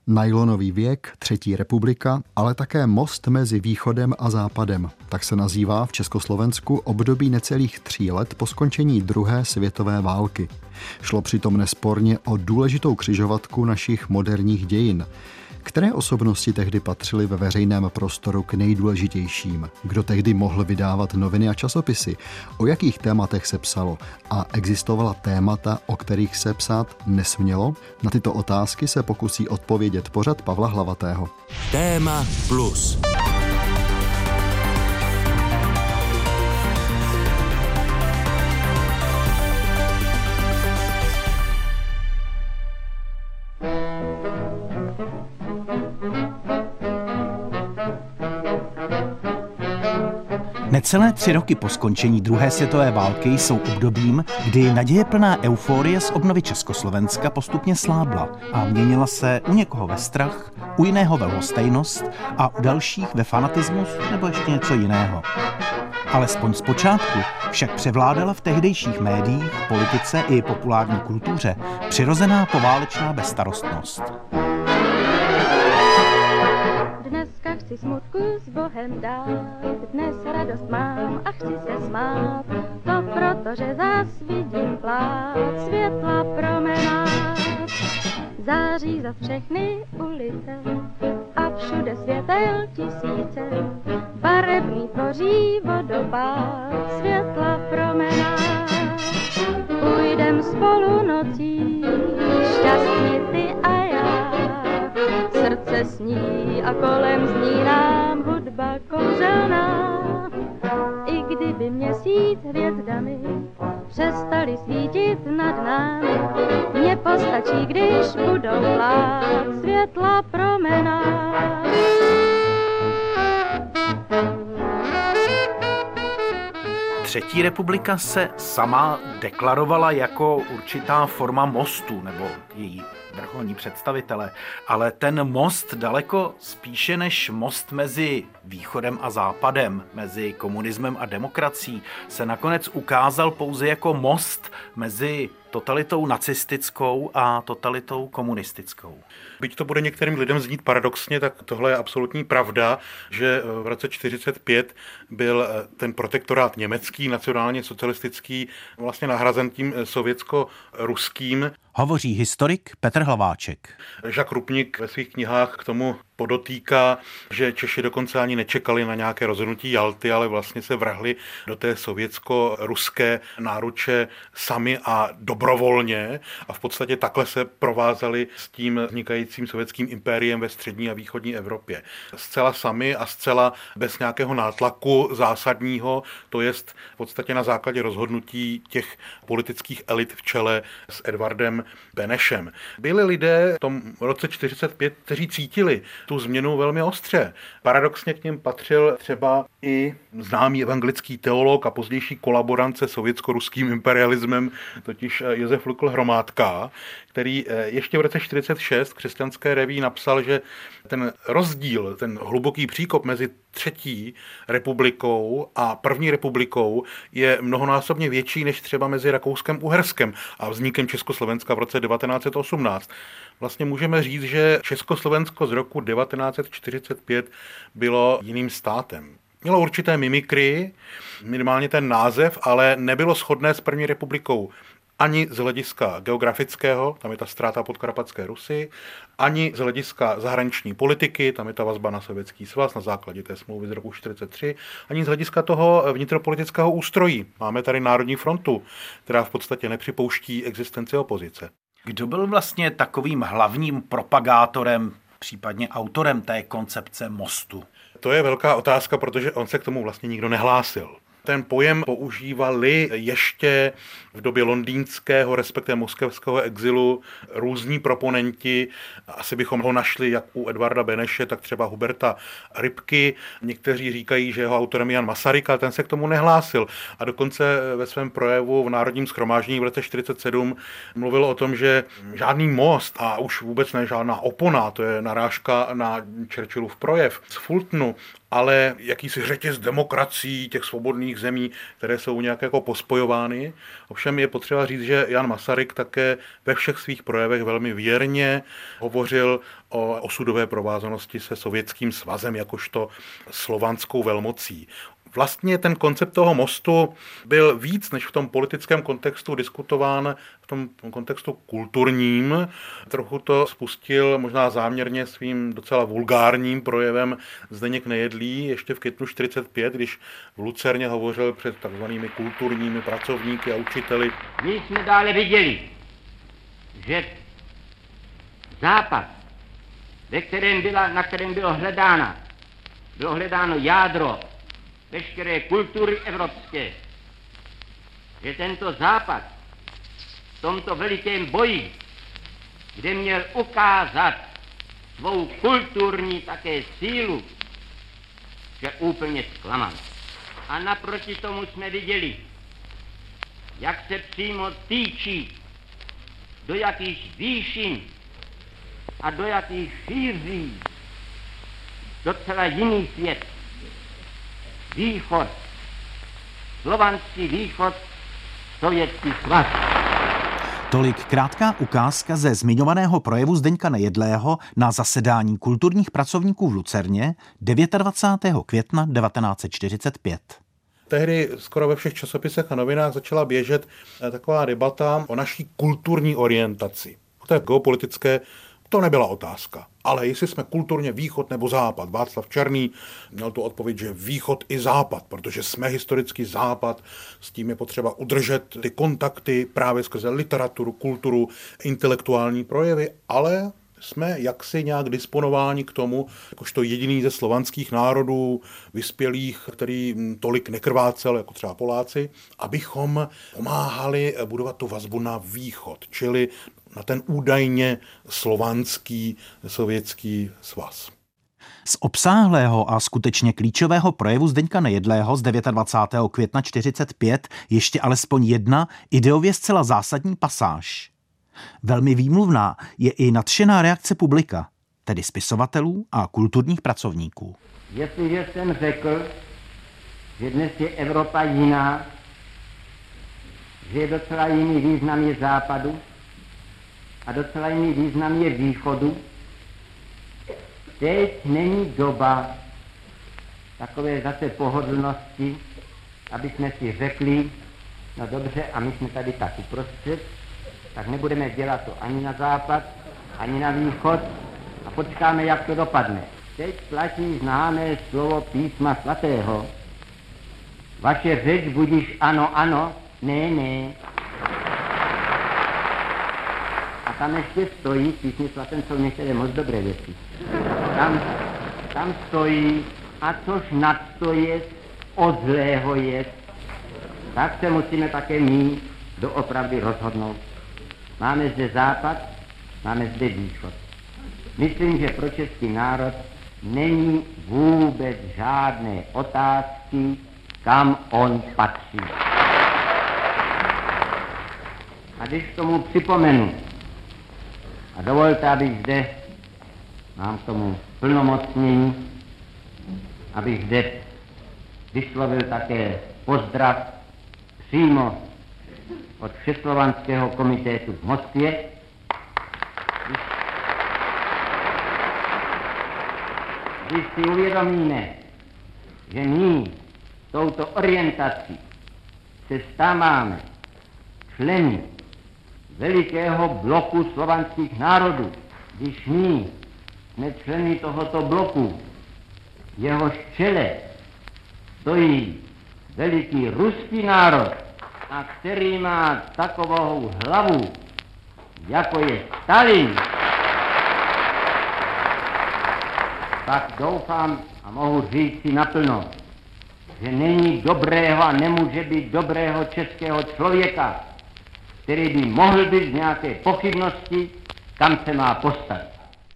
Nylonový věk, Třetí republika, ale také most mezi východem a západem. Tak se nazývá v Československu období necelých 3 let po skončení druhé světové války. Šlo přitom nesporně o důležitou křižovatku našich moderních dějin. Které osobnosti tehdy patřily ve veřejném prostoru k nejdůležitějším? Kdo tehdy mohl vydávat noviny a časopisy? O jakých tématech se psalo? A existovala témata, o kterých se psát nesmělo? Na tyto otázky se pokusí odpovědět pořad Pavla Hlavatého. Téma plus. Necelé 3 roky po skončení druhé světové války jsou obdobím, kdy nadějeplná euforie z obnovy Československa postupně slábla a měnila se u někoho ve strach, u jiného ve lhostejnost a u dalších ve fanatismus nebo ještě něco jiného. Alespoň zpočátku však převládala v tehdejších médiích, politice i populární kultuře přirozená poválečná bezstarostnost. Dneska chci smutku s Bohem dát, dnes radost mám a chci se smát, to protože zas vidím plát světla promenát. Září za všechny ulice a všude světel tisíce, barevný tvoří vodopád světla promenát. Půjdem spolu nocí, šťastně ty a já, srdce sní a kolem zní nám hudba kouzelná. I kdyby měsíc hvězdami přestali svítit nad námi, mně postačí, když budou plát světla promenát. Třetí republika se sama deklarovala jako určitá forma mostu, nebo její vrcholní představitelé, ale ten most daleko spíše než most mezi východem a západem, mezi komunismem a demokracií, se nakonec ukázal pouze jako most mezi totalitou nacistickou a totalitou komunistickou. Byť to bude některým lidem znít paradoxně, tak tohle je absolutní pravda, že v roce 1945 byl ten protektorát německý, nacionálně socialistický, vlastně nahrazen tím sovětsko-ruským. Hovoří historik Petr Hlaváček. Jacques Rupnik ve svých knihách k tomu podotýká, že Češi dokonce ani nečekali na nějaké rozhodnutí Jalty, ale vlastně se vrhli do té sovětsko-ruské náruče sami a dobrovolně a v podstatě takhle se provázali s tím vznikajícím sovětským impériem ve střední a východní Evropě. Zcela sami a zcela bez nějakého nátlaku zásadního, to jest v podstatě na základě rozhodnutí těch politických elit v čele s Edvardem Benešem. Byli lidé v tom roce 1945, kteří cítili tu změnu velmi ostře. Paradoxně k něm patřil třeba i známý evangelický teolog a pozdější kolaborant se sovětsko-ruským imperialismem, totiž Josef Lukl Hromádka, který ještě v roce 1946 v Křesťanské reví napsal, že ten rozdíl, ten hluboký příkop mezi Třetí republikou a První republikou je mnohonásobně větší než třeba mezi Rakouskem-Uherskem a vznikem Československa v roce 1918. Vlastně můžeme říct, že Československo z roku 1945 bylo jiným státem. Mělo určité mimikry, minimálně ten název, ale nebylo shodné s První republikou ani z hlediska geografického, tam je ta ztráta Podkarpatské Rusy, ani z hlediska zahraniční politiky, tam je ta vazba na Sovětský svaz na základě té smlouvy z roku 1943, ani z hlediska toho vnitropolitického ústrojí. Máme tady Národní frontu, která v podstatě nepřipouští existenci opozice. Kdo byl vlastně takovým hlavním propagátorem, případně autorem té koncepce mostu? To je velká otázka, protože on se k tomu vlastně nikdo nehlásil. Ten pojem používali ještě v době londýnského, respektive moskevského exilu různí proponenti. Asi bychom ho našli jak u Edvarda Beneše, tak třeba Huberta Rybky. Někteří říkají, že jeho autorem je Jan Masaryk, ale ten se k tomu nehlásil. A dokonce ve svém projevu v Národním shromáždění v roce 1947 mluvil o tom, že žádný most a už vůbec ne žádná opona, to je narážka na Churchillův projev z Fultonu, ale jakýsi řetěz demokracií těch svobodných zemí, které jsou nějak jako pospojovány. Ovšem ovšem je potřeba říct, že Jan Masaryk také ve všech svých projevech velmi věrně hovořil o osudové provázanosti se Sovětským svazem jakožto slovanskou velmocí. Vlastně ten koncept toho mostu byl víc než v tom politickém kontextu diskutován v tom kontextu kulturním. Trochu to spustil možná záměrně svým docela vulgárním projevem Zdeněk Nejedlý ještě v květnu 1945, když v Lucerně hovořil před takzvanými kulturními pracovníky a učiteli. My jsme dále viděli, že západ, na kterém bylo hledáno jádro veškeré kultury evropské, že tento západ v tomto velikém boji, kde měl ukázat svou kulturní také sílu, že úplně zklamal. A naproti tomu jsme viděli, jak se přímo týčí, do jakých výšin a do jakých šíří docela jiný svět. Východ, slovanský východ, Sovětský svaz. Tolik krátká ukázka ze zmiňovaného projevu Zdeňka Nejedlého na zasedání kulturních pracovníků v Lucerně 29. května 1945. Tehdy skoro ve všech časopisech a novinách začala běžet taková debata o naší kulturní orientaci. O té geopolitické to nebyla otázka. Ale jestli jsme kulturně východ nebo západ. Václav Černý měl tu odpověď, že východ i západ, protože jsme historický západ, s tím je potřeba udržet ty kontakty právě skrze literaturu, kulturu, intelektuální projevy, ale jsme jaksi nějak disponováni k tomu, jakožto jediný ze slovanských národů vyspělých, který tolik nekrvácel, jako třeba Poláci, abychom pomáhali budovat tu vazbu na východ, čili na ten údajně slovanský Sovětský svaz. Z obsáhlého a skutečně klíčového projevu Zdeňka Nejedlého z 29. května 1945 ještě alespoň jedna ideově zcela zásadní pasáž. Velmi výmluvná je i nadšená reakce publika, tedy spisovatelů a kulturních pracovníků. Jestliže jsem řekl, že dnes je Evropa jiná, že je docela jiný význam je západu a docela jiný význam je východu, teď není doba takové zase pohodlnosti, aby jsme si řekli, no dobře, a my jsme tady tak uprostřed, tak nebudeme dělat to ani na západ, ani na východ a počkáme, jak to dopadne. Teď platí známé slovo písma svatého. Vaše řeč budíš ano, ano, ne, ne. A tam ještě stojí, v písmě svatém jsou některé moc dobré věci. Tam stojí, a což nadstoje od zlého je, tak se musíme také my doopravdy rozhodnout. Máme zde západ, máme zde východ. Myslím, že pro český národ není vůbec žádné otázky, kam on patří. A když tomu připomenu, a dovolte, abych zde, mám k tomu plnomocnění, abych zde vyslovil také pozdrav přímo od Všeslovanského komitétu v Moskvě. Když si uvědomíme, že my touto orientací se stáváme členy velikého bloku slovanských národů, když my jsme členy tohoto bloku, jehož čele stojí veliký ruský národ, a který má takovou hlavu, jako je Stalin, tak doufám a mohu říct si naplno, že není dobrého a nemůže být dobrého českého člověka, který by mohl být z nějaké pochybnosti, kam se má postavit.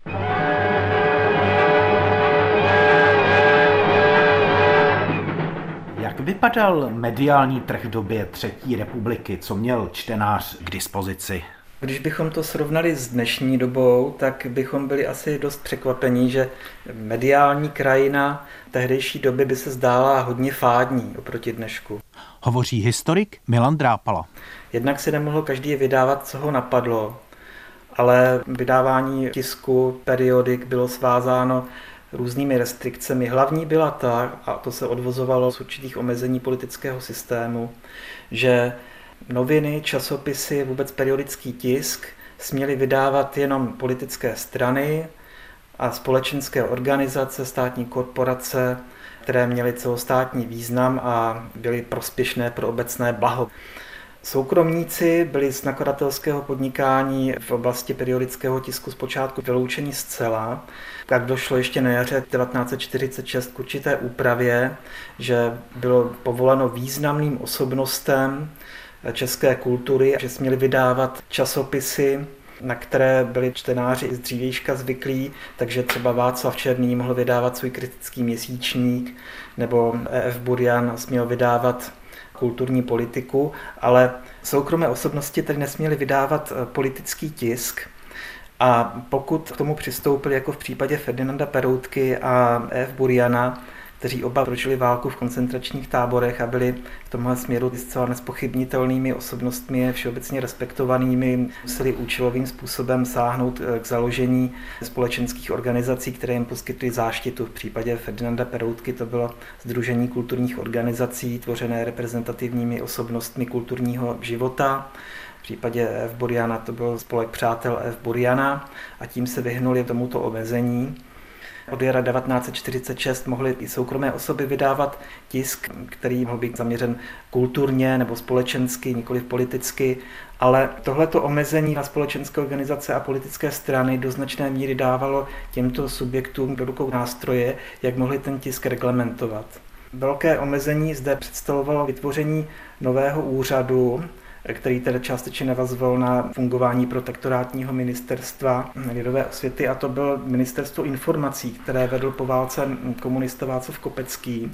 Jak vypadal mediální trh v době Třetí republiky, co měl čtenář k dispozici? Když bychom to srovnali s dnešní dobou, tak bychom byli asi dost překvapení, že mediální krajina tehdejší doby by se zdála hodně fádní oproti dnešku. Hovoří historik Milan Drápala. Jednak si nemohl každý vydávat, co ho napadlo, ale vydávání tisku, periodik bylo svázáno různými restrikcemi. Hlavní byla ta, a to se odvozovalo z určitých omezení politického systému, že noviny, časopisy, vůbec periodický tisk směly vydávat jenom politické strany a společenské organizace, státní korporace, které měly celostátní význam a byly prospěšné pro obecné blaho. Soukromníci byli z nakladatelského podnikání v oblasti periodického tisku zpočátku vyloučeni zcela. Tak došlo ještě na jaře 1946 k určité úpravě, že bylo povoleno významným osobnostem české kultury, že směli vydávat časopisy, na které byli čtenáři i z dřívějška zvyklí, takže třeba Václav Černý mohl vydávat svůj kritický měsíčník, nebo E.F. Burian směl vydávat kulturní politiku, ale soukromé osobnosti tedy nesměly vydávat politický tisk. A pokud k tomu přistoupili, jako v případě Ferdinanda Peroutky a E.F. Buriana, kteří oba prožili válku v koncentračních táborech a byli v tomhle směru zcela nespochybnitelnými osobnostmi, všeobecně respektovanými, museli účelovým způsobem sáhnout k založení společenských organizací, které jim poskytly záštitu. V případě Ferdinanda Peroutky to bylo Sdružení kulturních organizací, tvořené reprezentativními osobnostmi kulturního života. V případě F. Buriana to byl spolek přátel F. Buriana a tím se vyhnuli tomuto omezení. Od jara 1946 mohly i soukromé osoby vydávat tisk, který mohl být zaměřen kulturně nebo společensky, nikoliv politicky, ale tohleto omezení na společenské organizace a politické strany do značné míry dávalo těmto subjektům do rukou nástroje, jak mohli ten tisk reglementovat. Velké omezení zde představovalo vytvoření nového úřadu, který tedy částečně navazoval na fungování protektorátního ministerstva lidové osvěty, a to bylo ministerstvo informací, které vedl po válce komunista Václav Kopecký.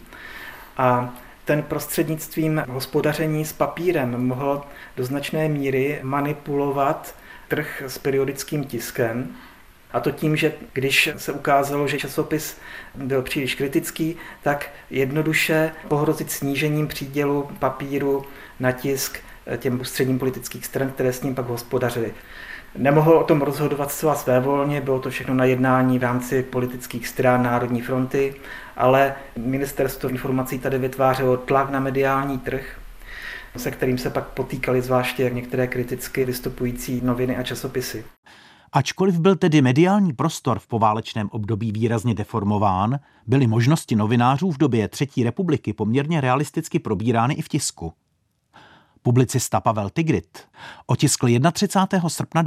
A ten prostřednictvím hospodaření s papírem mohl do značné míry manipulovat trh s periodickým tiskem. A to tím, že když se ukázalo, že časopis byl příliš kritický, tak jednoduše pohrozit snížením přídělu papíru na tisk těm ústředním politických stran, které s ním pak hospodařily. Nemohl o tom rozhodovat zcela svévolně, bylo to všechno na jednání v rámci politických stran Národní fronty, ale ministerstvo informací tady vytvářelo tlak na mediální trh, se kterým se pak potýkali zvláště některé kriticky vystupující noviny a časopisy. Ačkoliv byl tedy mediální prostor v poválečném období výrazně deformován, byly možnosti novinářů v době Třetí republiky poměrně realisticky probírány i v tisku. Publicista Pavel Tigrit otiskl 31. srpna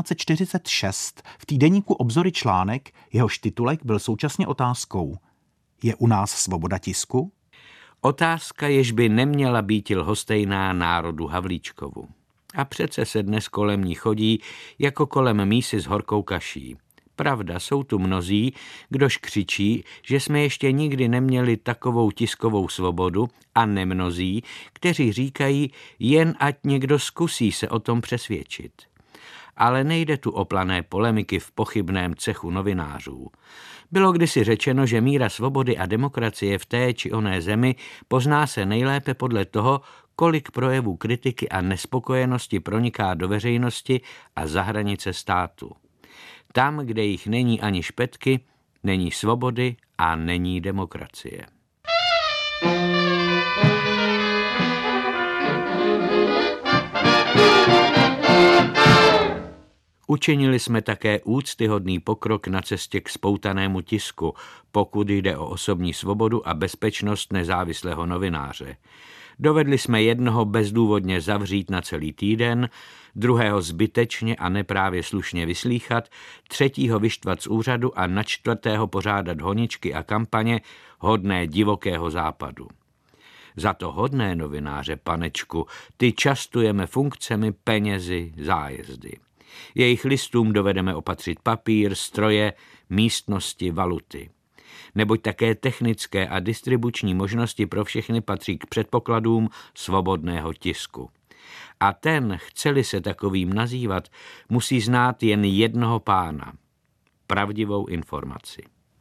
1946 v týdeníku Obzory článek, jehož titulek byl současně otázkou: Je u nás svoboda tisku? Otázka, jež by neměla být lhostejná národu Havlíčkovu. A přece se dnes kolem ní chodí jako kolem mísy s horkou kaší. Pravda, jsou tu mnozí, kdož křičí, že jsme ještě nikdy neměli takovou tiskovou svobodu, a nemnozí, kteří říkají, jen ať někdo zkusí se o tom přesvědčit. Ale nejde tu o plané polemiky v pochybném cechu novinářů. Bylo kdysi řečeno, že míra svobody a demokracie v té či oné zemi pozná se nejlépe podle toho, kolik projevů kritiky a nespokojenosti proniká do veřejnosti a za hranice státu. Tam, kde jich není ani špetky, není svobody a není demokracie. Učinili jsme také úctyhodný pokrok na cestě k spoutanému tisku, pokud jde o osobní svobodu a bezpečnost nezávislého novináře. Dovedli jsme jednoho bezdůvodně zavřít na celý týden, druhého zbytečně a neprávě slušně vyslýchat, třetího vyštvat z úřadu a na čtvrtého pořádat honičky a kampaně hodné divokého západu. Za to hodné novináře, panečku, ty častujeme funkcemi, penězi, zájezdy. Jejich listům dovedeme opatřit papír, stroje, místnosti, valuty. Neboť také technické a distribuční možnosti pro všechny patří k předpokladům svobodného tisku. A ten, chce-li se takovým nazývat, musí znát jen jednoho pána. Pravdivou informaci.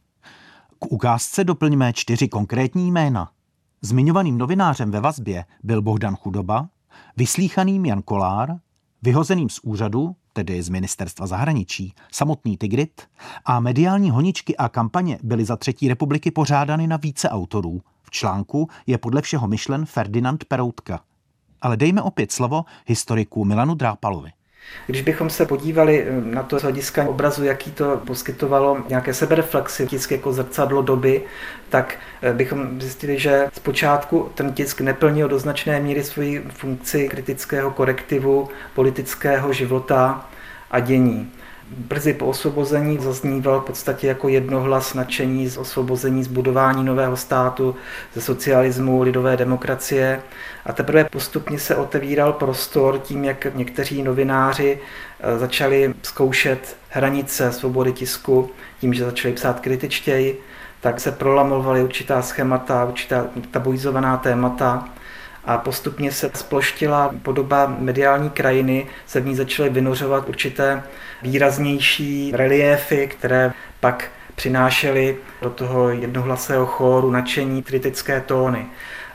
K ukázce doplňme 4 konkrétní jména. Zmiňovaným novinářem ve vazbě byl Bohdan Chudoba, vyslýchaným Jan Kolár, vyhozeným z úřadu, tedy z ministerstva zahraničí, samotný Tigrit, a mediální honičky a kampaně byly za 3. republiky pořádány na více autorů. V článku je podle všeho myšlen Ferdinand Peroutka. Ale dejme opět slovo historiku Milanu Drápalovi. Když bychom se podívali na to z hlediska obrazu, jaký to poskytovalo nějaké sebereflexy, tisk jako zrcadlo doby, tak bychom zjistili, že zpočátku ten tisk neplnil do značné míry svoji funkci kritického korektivu politického života a dění. Brzy po osvobození zazníval v podstatě jako jednohlas nadšení z osvobození, z budování nového státu, ze socialismu, lidové demokracie, a teprve postupně se otevíral prostor tím, jak někteří novináři začali zkoušet hranice svobody tisku, tím, že začali psát kritičtěji, tak se prolamovaly určitá schémata, určitá tabuizovaná témata a postupně se sploštila podoba mediální krajiny, se v ní začaly vynořovat určité výraznější reliéfy, které pak přinášely do toho jednohlasého chóru nadšení kritické tóny.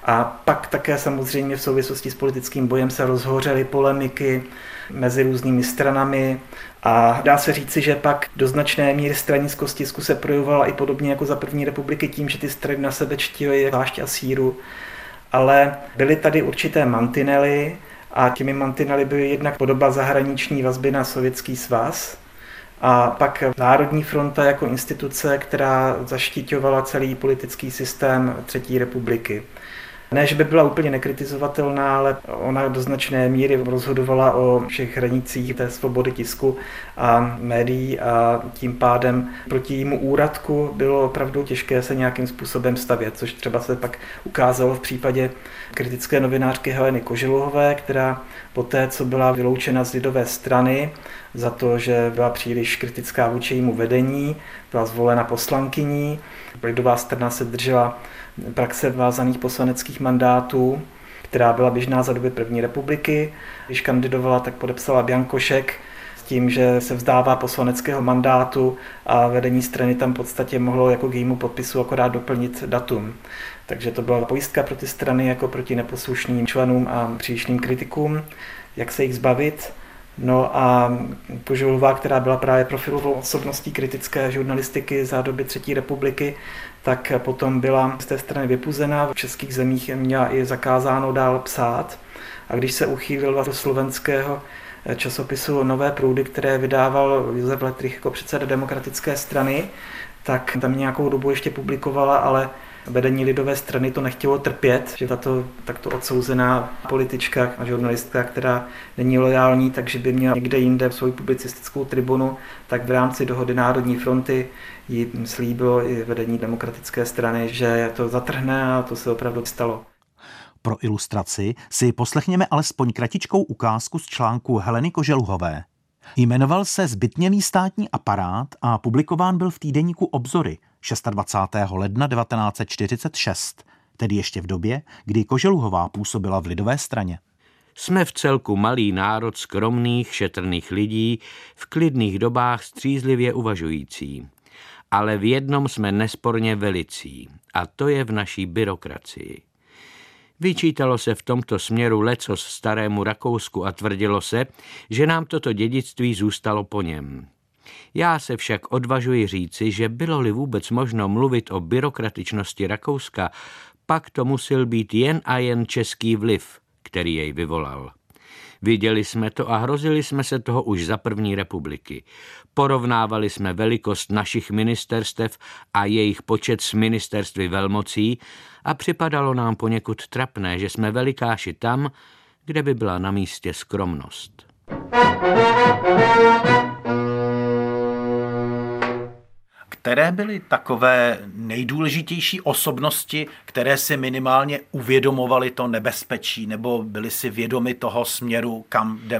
A pak také samozřejmě v souvislosti s politickým bojem se rozhořely polemiky mezi různými stranami a dá se říci, že pak do značné míry stranickost tisku se projevovala i podobně jako za 1. republiky tím, že ty strany na sebe čtily zvlášť a síru. Ale byly tady určité mantinely a těmi mantinely byly jednak podoba zahraniční vazby na Sovětský svaz a pak Národní fronta jako instituce, která zaštiťovala celý politický systém 3. republiky. Ne, že by byla úplně nekritizovatelná, ale ona do značné míry rozhodovala o všech hranicích té svobody tisku a médií a tím pádem proti jejímu úradku bylo opravdu těžké se nějakým způsobem stavět, což třeba se pak ukázalo v případě kritické novinářky Heleny Koželuhové, která poté, co byla vyloučena z lidové strany za to, že byla příliš kritická vůči jejímu vedení, byla zvolena poslankyní, lidová strana se držela praxe vázaných poslaneckých mandátů, která byla běžná za doby 1. republiky. Když kandidovala, tak podepsala biankošek s tím, že se vzdává poslaneckého mandátu a vedení strany tam v podstatě mohlo jako k jejímu podpisu akorát doplnit datum. Takže to byla pojistka pro ty strany jako proti neposlušným členům a přílišným kritikům, jak se jich zbavit. No a Koželuhová, která byla právě profilovou osobností kritické žurnalistiky za doby 3. republiky, tak potom byla z té strany vypuzená. V českých zemích měla i zakázáno dál psát. A když se uchýlila do slovenského časopisu Nové proudy, které vydával Josef Letrich jako předseda demokratické strany, tak tam nějakou dobu ještě publikovala, ale vedení lidové strany to nechtělo trpět, že tato takto odsouzená politička a žurnalistka, která není loajální, takže by měla někde jinde svou publicistickou tribunu, tak v rámci dohody Národní fronty jí slíbilo i vedení demokratické strany, že to zatrhne a to se opravdu stalo. Pro ilustraci si poslechněme alespoň kratičkou ukázku z článku Heleny Koželuhové. Jmenoval se Zbytnělý státní aparát a publikován byl v týdeníku Obzory 26. ledna 1946, tedy ještě v době, kdy Koželuhová působila v lidové straně. Jsme v celku malý národ skromných, šetrných lidí, v klidných dobách střízlivě uvažující. Ale v jednom jsme nesporně velicí, a to je v naší byrokracii. Vyčítalo se v tomto směru lecos starému Rakousku a tvrdilo se, že nám toto dědictví zůstalo po něm. Já se však odvažuji říci, že bylo-li vůbec možno mluvit o byrokratičnosti Rakouska, pak to musel být jen a jen český vliv, který jej vyvolal. Viděli jsme to a hrozili jsme se toho už za 1. republiky. Porovnávali jsme velikost našich ministerstev a jejich počet s ministerstvy velmocí a připadalo nám poněkud trapné, že jsme velikáši tam, kde by byla na místě skromnost. Které byly takové nejdůležitější osobnosti, které si minimálně uvědomovaly to nebezpečí nebo byly si vědomi toho směru, kam jdeme?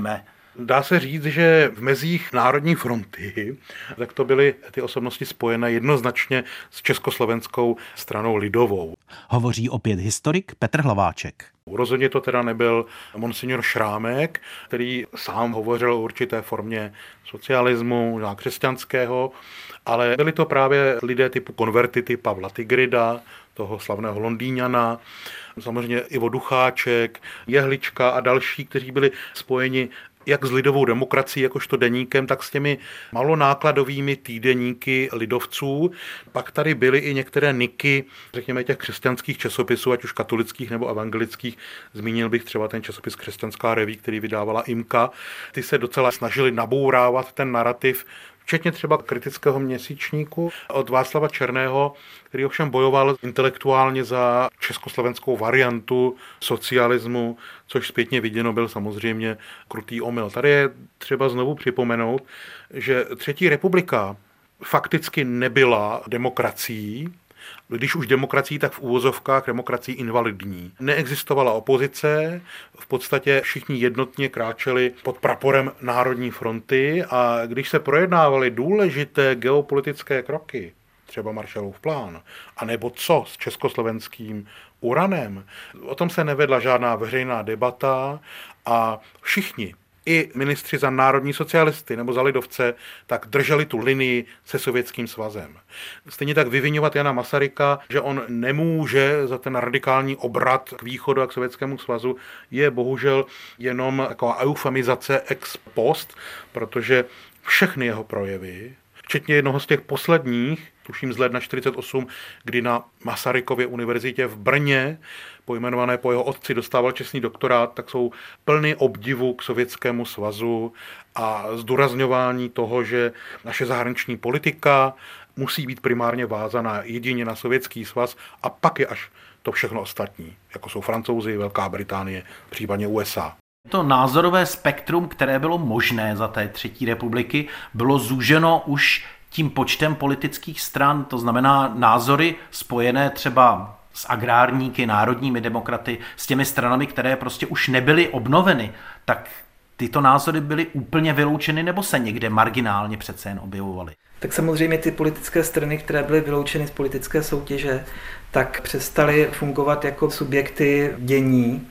Dá se říct, že v mezích Národní fronty tak to byly ty osobnosti spojené jednoznačně s Československou stranou lidovou. Hovoří opět historik Petr Hlaváček. Rozhodně to teda nebyl monsignor Šrámek, který sám hovořil o určité formě socialismu, křesťanského, ale byli to právě lidé typu konvertity Pavla Tigrida, toho slavného Londýňana, samozřejmě Ivo Ducháček, Jehlička a další, kteří byli spojeni jak s lidovou demokracií, jakožto deníkem, tak s těmi malonákladovými týdeníky lidovců. Pak tady byly i některé niky, řekněme, těch křesťanských časopisů, ať už katolických nebo evangelických. Zmínil bych třeba ten časopis Křesťanská reví, který vydávala IMKA. Ty se docela snažili nabourávat ten narrativ, včetně třeba Kritického měsíčníku od Václava Černého, který ovšem bojoval intelektuálně za československou variantu socialismu, což zpětně viděno byl samozřejmě krutý omyl. Tady je třeba znovu připomenout, že Třetí republika fakticky nebyla demokracií, když už demokracií, tak v úvozovkách demokracií invalidní. Neexistovala opozice, v podstatě všichni jednotně kráčeli pod praporem Národní fronty a když se projednávaly důležité geopolitické kroky, třeba Marshallův plán, anebo co s československým uranem, o tom se nevedla žádná veřejná debata a všichni, i ministři za národní socialisty nebo za lidovce, tak drželi tu linii se Sovětským svazem. Stejně tak vyviňovat Jana Masaryka, že on nemůže za ten radikální obrat k východu a k Sovětskému svazu, je bohužel jenom taková eufemizace ex post, protože všechny jeho projevy, včetně jednoho z těch posledních, tuším z ledna 1948, kdy na Masarykově univerzitě v Brně, pojmenované po jeho otci, dostával čestný doktorát, tak jsou plný obdivu k Sovětskému svazu a zdůrazňování toho, že naše zahraniční politika musí být primárně vázaná jedině na Sovětský svaz a pak je až to všechno ostatní, jako jsou Francouzi, Velká Británie, případně USA. To názorové spektrum, které bylo možné za té Třetí republiky, bylo zúženo už tím počtem politických stran, to znamená názory spojené třeba s agrárníky, národními demokraty, s těmi stranami, které prostě už nebyly obnoveny, tak tyto názory byly úplně vyloučeny nebo se někde marginálně přece jen objevovaly? Tak samozřejmě ty politické strany, které byly vyloučeny z politické soutěže, tak přestaly fungovat jako subjekty dění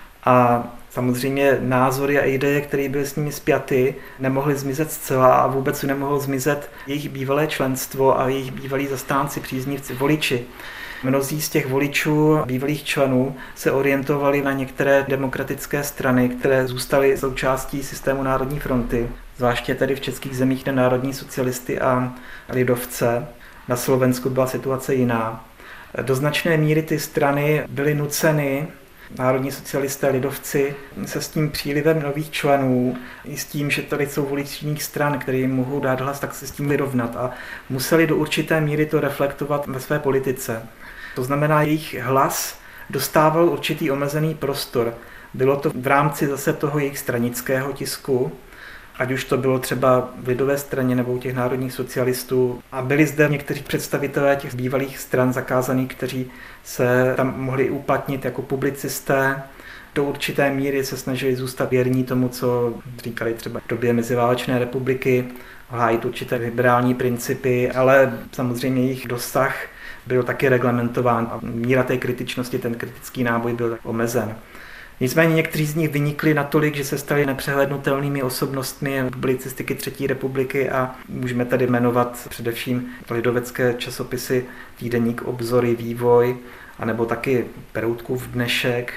a samozřejmě názory a ideje, které byly s nimi spjaty, nemohly zmizet zcela a vůbec nemohlo zmizet jejich bývalé členstvo a jejich bývalí zastánci, příznivci, voliči. Mnozí z těch voličů, bývalých členů, se orientovali na některé demokratické strany, které zůstaly součástí systému Národní fronty, zvláště tedy v českých zemích na národní socialisty a lidovce. Na Slovensku byla situace jiná. Do značné míry ty strany byly nuceny, národní socialisté a lidovci, se s tím přílivem nových členů i s tím, že tady jsou voliči jiných stran, které jim mohou dát hlas, tak se s tím vyrovnat a museli do určité míry to reflektovat ve své politice. To znamená, jejich hlas dostával určitý omezený prostor. Bylo to v rámci zase toho jejich stranického tisku, ať už to bylo třeba v lidové straně nebo u těch národních socialistů. A byli zde někteří představitelé těch bývalých stran zakázaných, kteří se tam mohli uplatnit jako publicisté. Do určité míry se snažili zůstat věrní tomu, co říkali třeba v době meziválečné republiky, hájit určité liberální principy, ale samozřejmě jejich dosah byl taky reglementován a míra té kritičnosti, ten kritický náboj byl tak omezen. Nicméně někteří z nich vynikli natolik, že se stali nepřehlednutelnými osobnostmi publicistiky Třetí republiky a můžeme tady jmenovat především lidovecké časopisy Týdeník, Obzory, Vývoj, anebo taky Peroutkův Dnešek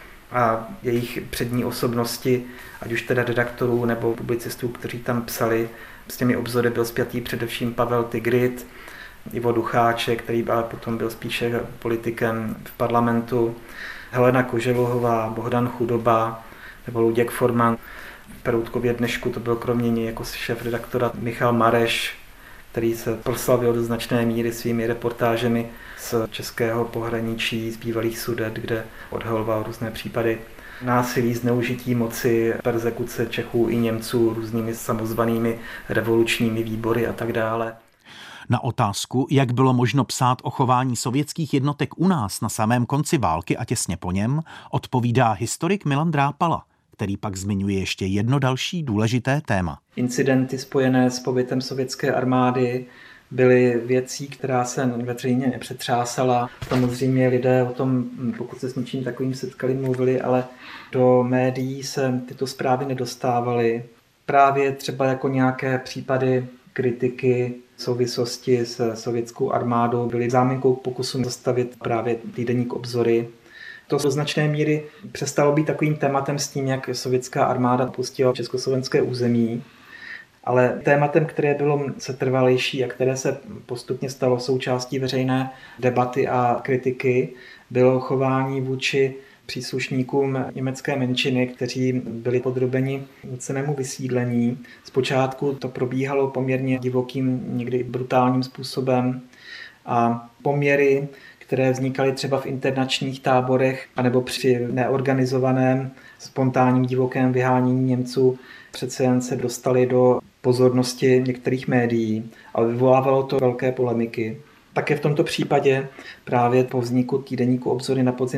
a jejich přední osobnosti, ať už teda redaktorů nebo publicistů, kteří tam psali. S těmi obzory byl spjatý především Pavel Tigrid, Ivo Ducháček, který ale potom byl spíše politikem v parlamentu, Helena Koželuhová, Bohdan Chudoba nebo Luděk Forman. V Peroutkově Dnešku to byl kromě něj jako šéfredaktora Michal Mareš, který se proslavil do značné míry svými reportážemi z českého pohraničí, z bývalých Sudet, kde odhaloval různé případy násilí, zneužití moci, perzekuce Čechů i Němců různými samozvanými revolučními výbory a tak dále. Na otázku, jak bylo možno psát o chování sovětských jednotek u nás na samém konci války a těsně po něm, odpovídá historik Milan Drápala. který pak zmiňuje ještě jedno další důležité téma. Incidenty spojené s pobytem sovětské armády byly věcí, která se veřejně nepřetřásala. Samozřejmě lidé o tom, pokud se s něčím takovým setkali, mluvili, ale do médií se tyto zprávy nedostávaly. Právě třeba jako nějaké případy kritiky v souvislosti s sovětskou armádou byly záminkou k pokusu zastavit právě týdeník Obzory. To do značné míry přestalo být takovým tématem s tím, jak sovětská armáda opustila československé území, ale tématem, které bylo setrvalejší a které se postupně stalo součástí veřejné debaty a kritiky, bylo chování vůči příslušníkům německé menšiny, kteří byli podrobeni nucenému vysídlení. Zpočátku to probíhalo poměrně divokým, někdy brutálním způsobem a poměry, které vznikaly třeba v internačních táborech anebo při neorganizovaném spontánním divokém vyhánění Němců, přece jen se dostali do pozornosti některých médií, ale vyvolávalo to velké polemiky. Také v tomto případě právě po vzniku týdeníku Obzory na podzim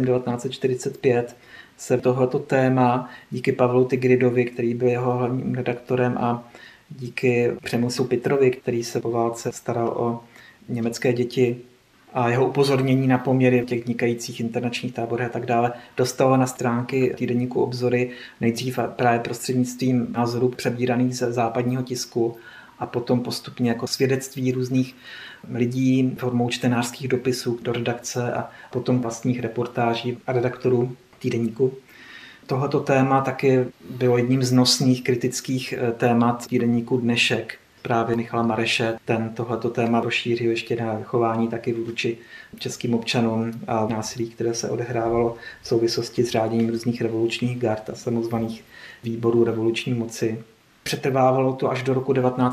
1945 se tohleto téma díky Pavlu Tigridovi, který byl jeho hlavním redaktorem, a díky Přemyslu Pitrovi, který se po válce staral o německé děti, a jeho upozornění na poměry v těch vznikajících internačních táborech a tak dále, dostalo na stránky týdeníku Obzory nejdřív právě prostřednictvím názorů přebíraných ze západního tisku a potom postupně jako svědectví různých lidí formou čtenářských dopisů do redakce a potom vlastních reportáží a redaktorů týdeníku. Tohoto téma taky bylo jedním z nosných kritických témat týdeníku Dnešek. Právě Michala Mareše, ten tohleto téma rozšířil ještě na chování taky vůči českým občanům a násilí, které se odehrávalo v souvislosti s řáděním různých revolučních gard a samozvaných výborů revoluční moci. Přetrvávalo to až do roku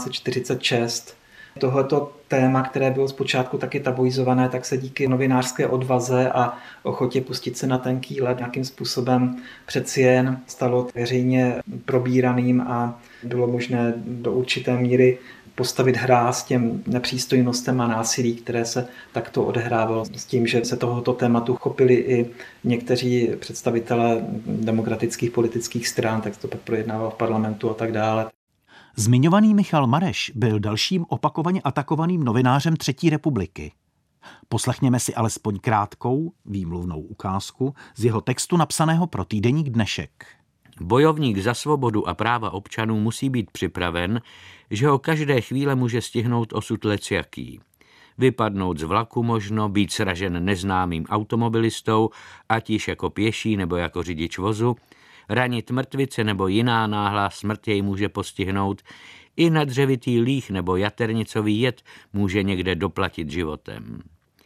1946. Tohleto téma, které bylo zpočátku taky tabuizované, tak se díky novinářské odvaze a ochotě pustit se na tenký led nějakým způsobem přeci jen stalo veřejně probíraným a bylo možné do určité míry postavit hráz těm nepřístojnostem a násilí, které se takto odehrávalo, s tím, že se tohoto tématu chopili i někteří představitelé demokratických politických stran, tak to pak projednával v parlamentu a tak dále. Zmiňovaný Michal Mareš byl dalším opakovaně atakovaným novinářem Třetí republiky. Poslechněme si alespoň krátkou, výmluvnou ukázku z jeho textu napsaného pro týdeník Dnešek. Bojovník za svobodu a práva občanů musí být připraven, že ho každé chvíle může stihnout osud lecjaký. Vypadnout z vlaku možno, být sražen neznámým automobilistou, ať již jako pěší nebo jako řidič vozu, ranit mrtvice nebo jiná náhlá smrt jej může postihnout, i nadřevitý líh nebo jaternicový jed může někde doplatit životem.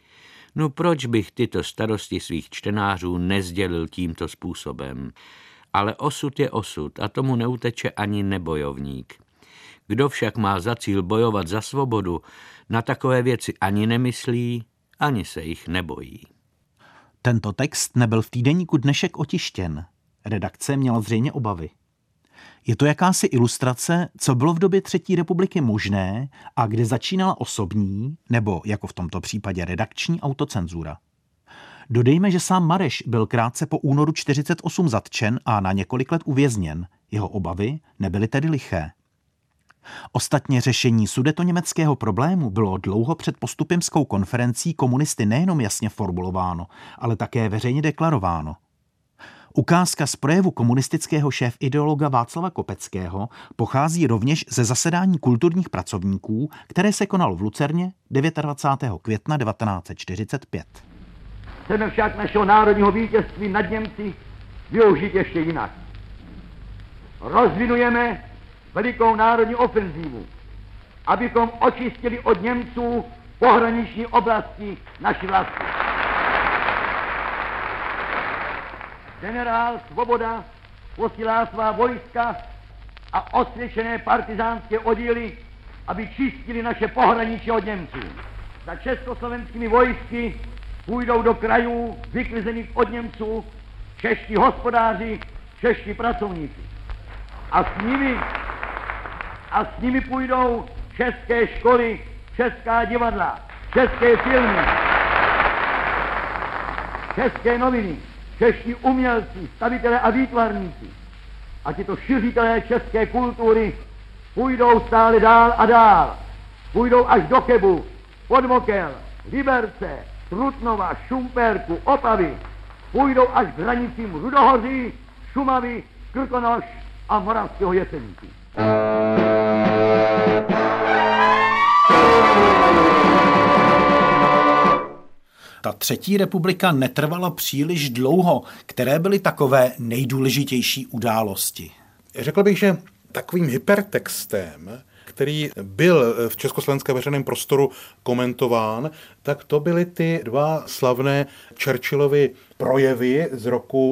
No proč bych tyto starosti svých čtenářů nezdělil tímto způsobem? Ale osud je osud a tomu neuteče ani nebojovník. Kdo však má za cíl bojovat za svobodu, na takové věci ani nemyslí, ani se jich nebojí. Tento text nebyl v týdeníku Dnešek otištěn. Redakce měla zřejmě obavy. Je to jakási ilustrace, co bylo v době Třetí republiky možné a kde začínala osobní, nebo jako v tomto případě redakční autocenzura. Dodejme, že sám Mareš byl krátce po únoru 1948 zatčen a na několik let uvězněn. Jeho obavy nebyly tedy liché. Ostatně řešení sudetoněmeckého problému bylo dlouho před postupimskou konferencí komunisty nejenom jasně formulováno, ale také veřejně deklarováno. Ukázka z projevu komunistického šéfideologa Václava Kopeckého pochází rovněž ze zasedání kulturních pracovníků, které se konalo v Lucerně 29. května 1945. Chceme však našeho národního vítězství nad Němci využít ještě jinak. Rozvinujeme velikou národní ofenzívu, abychom očistili od Němců pohraniční oblasti naší vlasti. Generál Svoboda posílá svá vojska a osvědčené partizánské oddíly, aby čistili naše pohraničí od Němců. Za československými vojsky půjdou do krajů vyklizených od Němců čeští hospodáři, čeští pracovníci. A s nimi půjdou české školy, česká divadla, české filmy, české noviny, čeští umělci, stavitelé a výtvarníci. a tito šiřitelé české kultury půjdou stále dál a dál. Půjdou až do Chebu, Podmokel, Liberce, Trutnova, Šumperku, Opavy. Půjdou až k hranicím Rudohoří, Šumavy, Krkonoš a Moravského Jeseníku. Ta třetí republika netrvala příliš dlouho. Které byly takové nejdůležitější události? Řekl bych, že takovým hypertextem, který byl v československém veřejném prostoru komentován, tak to byly ty dva slavné Churchillovy projevy z roku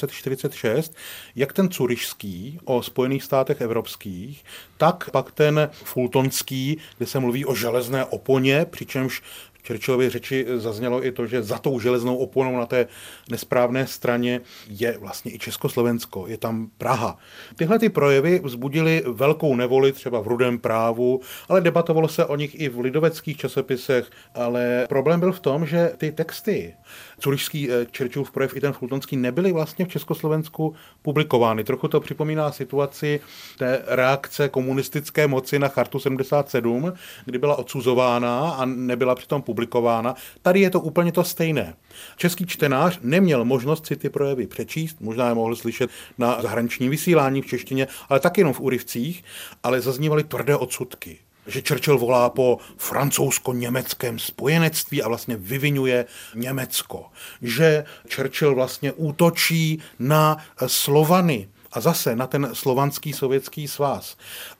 1946, jak ten curyšský o Spojených státech evropských, tak pak ten fultonský, kde se mluví o železné oponě, přičemž v Churchillově řeči zaznělo i to, že za tou železnou oponou na té nesprávné straně je vlastně i Československo, je tam Praha. Tyhle ty projevy vzbudily velkou nevoli třeba v Rudém právu, ale debatovalo se o nich i v lidoveckých časopisech, ale problém byl v tom, že ty texty, curyšský Churchillův projev i ten fultonský, nebyly vlastně v Československu publikovány. Trochu to připomíná situaci té reakce komunistické moci na Chartu 77, kdy byla odsuzována a nebyla přitom publikována. Tady je to úplně to stejné. Český čtenář neměl možnost si ty projevy přečíst, možná je mohl slyšet na zahraničním vysílání v češtině, ale taky jenom v úryvcích, ale zaznívaly tvrdé odsudky. Že Churchill volá po francouzsko-německém spojenectví a vlastně vyvinuje Německo. Že Churchill vlastně útočí na Slovany a zase na ten slovanský sovětský svaz.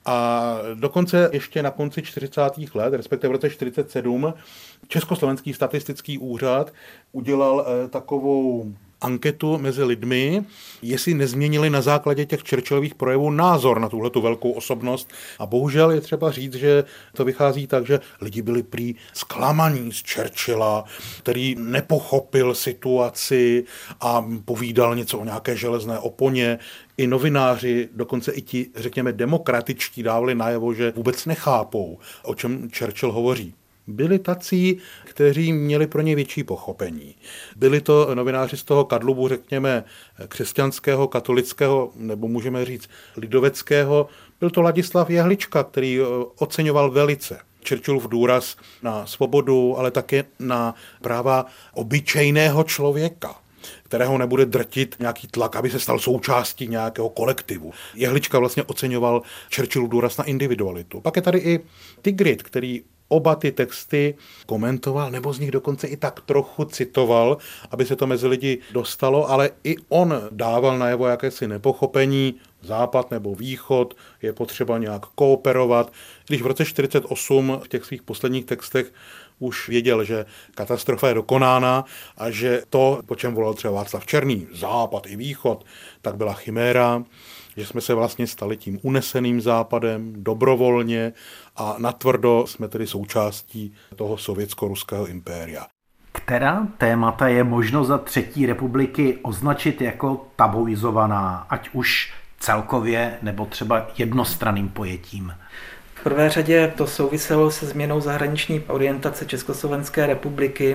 A dokonce ještě na konci 40. let, respektive v roce 1947, Československý statistický úřad udělal takovou anketu mezi lidmi, jestli nezměnili na základě těch Churchillových projevů názor na tuhletu velkou osobnost. A bohužel je třeba říct, že to vychází tak, že lidi byli prý zklamaní z Churchilla, který nepochopil situaci a povídal něco o nějaké železné oponě. I novináři, dokonce i ti, řekněme, demokratičtí dávali najevo, že vůbec nechápou, o čem Churchill hovoří. Byli tací, kteří měli pro ně větší pochopení. Byli to novináři z toho kadlubu, řekněme, křesťanského, katolického, nebo můžeme říct lidoveckého. Byl to Ladislav Jehlička, který oceňoval velice Churchillův důraz na svobodu, ale také na práva obyčejného člověka, kterého nebude drtit nějaký tlak, aby se stal součástí nějakého kolektivu. Jehlička vlastně oceňoval Churchillův důraz na individualitu. Pak je tady i Tigrit, který oba ty texty komentoval, nebo z nich dokonce i tak trochu citoval, aby se to mezi lidi dostalo, ale i on dával najevo jakési nepochopení, západ nebo východ, je potřeba nějak kooperovat. Když v roce 1948 v těch svých posledních textech už věděl, že katastrofa je dokonána a že to, po čem volal třeba Václav Černý, západ i východ, tak byla chiméra, že jsme se vlastně stali tím uneseným západem dobrovolně a natvrdo jsme tedy součástí toho sovětsko-ruského impéria. Která témata je možno za třetí republiky označit jako tabuizovaná, ať už celkově nebo třeba jednostranným pojetím? V prvé řadě to souviselo se změnou zahraniční orientace Československé republiky,